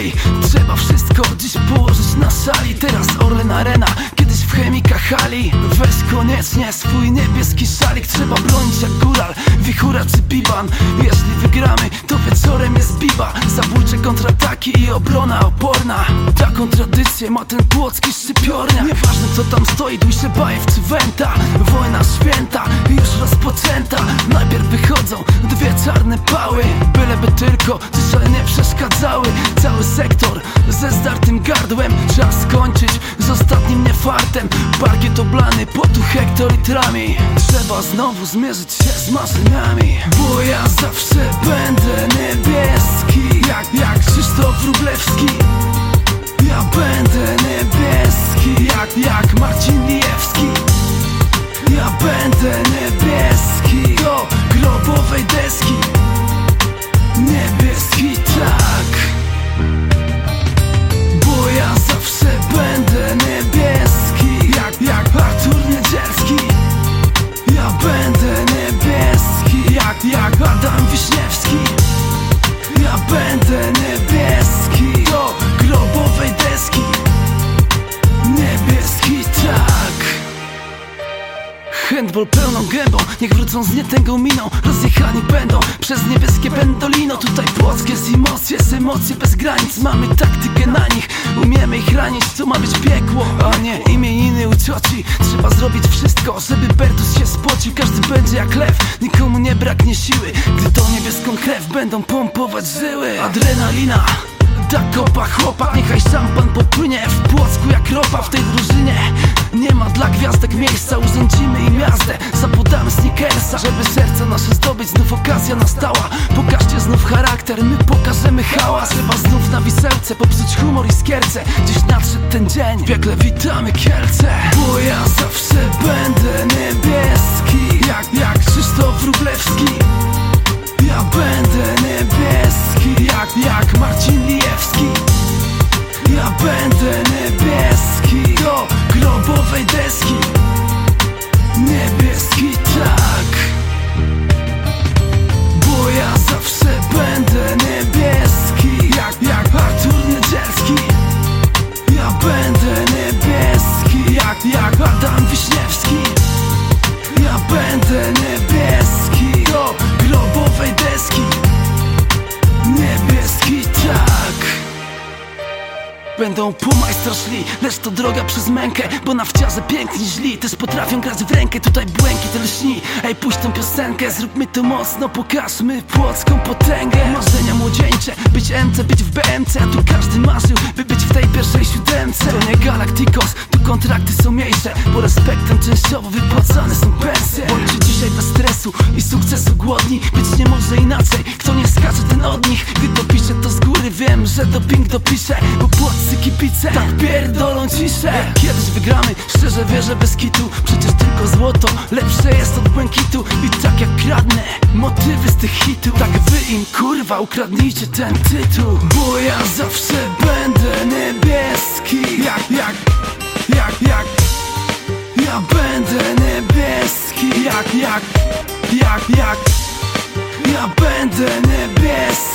fali. Trzeba wszystko dziś położyć na szali. Teraz Orlen Arena, kiedyś w Chemika hali. Weź koniecznie swój niebieski szalik. Trzeba bronić jak góral, wichura czy biban. Jeśli wygramy, to wieczorem jest biba. Zabójcze kontrataki i obrona oporna. Taką tradycję ma ten płocki szczypiornia. Nieważne co tam stoi, Dujsze, Bajew czy Wenta. Wojna święta, już rozpoczęta. Najpierw wychodzą dwie czarne pały, byleby tylko ciszę nie przeszkadzały. Cały sektor ze zdartym gardłem. Czas skończyć z ostatnim niefartem. Parkiet oblany, potu hektolitrami. Trzeba znowu zmierzyć się z marzeniami. Bo ja zawsze będę niebieski, jak Krzysztof Wróblewski. Ja będę niebieski, jak Marcin Lijewski. Ja będę niebieski do grobowej deski. Niebieski tak. Bo ja zawsze będę niebieski, jak Artur Niedzielski. Ja będę niebieski, jak Adam Wiśniewski. Ja będę niebieski do grobowej deski. Niebieski tak. Handball pełną gębą, niech wrócą z nietęgą miną. Rozjechani będą przez niebieskie pendolino. Tutaj płockie z emocje bez granic. Mamy taktykę na nich, umiemy ich ranić. To ma być piekło, a nie imieniny u cioci. Trzeba zrobić wszystko, żeby Bertus się spocił. Każdy będzie jak lew, nikomu nie braknie siły. Gdy tą niebieską krew będą pompować żyły. Adrenalina da kopa chłopak, niechaj szampan popłynie w Płocku jak ropa. W tej drużynie nie ma dla gwiazdek miejsca. Urządzimy im jazdę, zapodamy sneakersa. Żeby serce nasze zdobyć, znów okazja nastała. Pokażcie znów charakter, my pokażemy hałas. Trzeba znów na wisełce popsuć humor i skierce. Dziś nadszedł ten dzień, w piekle witamy Kielce. Bo ja zawsze będę niebieski, jak Krzysztof Wróblewski. Ja będę niebieski, jak Marcin Lijewski. Ja będę niebieski do grobowej deski. Niebieski tak. Bo ja zawsze będę niebieski, jak Artur Niedzielski. Ja będę niebieski, jak Adam Wiśniewski. Ja będę niebieski do grobowej deski. Niebieski tak. Będą po majstra szli, lecz to droga przez mękę. Bo na wciarze piękni źli też potrafią grać w rękę. Tutaj błękit lśni, ej puść tą piosenkę. Zróbmy to mocno, pokażmy płocką potęgę. Marzenia młodzieńcze, być MC, być w BMC. A tu każdy marzył, by być w tej pierwszej siódemce. To nie Galacticos, tu kontrakty są mniejsze. Bo respektem częściowo wypłacane są pensje. Bądźcie dzisiaj bez stresu i sukcesu głodni. Być nie może inaczej, kto nie skacze ten od nich. Gdy to piszę to z góry wiem, że doping dopiszę. Bo płoccy kibice tak pierdolą ciszę. Kiedyś wygramy, szczerze wierzę bez kitu. Przecież tylko złoto lepsze jest od błękitu. I tak jak kradnę motywy z tych hitów, tak wy im kurwa ukradnijcie ten tytuł. Bo ja zawsze będę niebieski, jak ja będę niebieski, jak ja będę niebieski.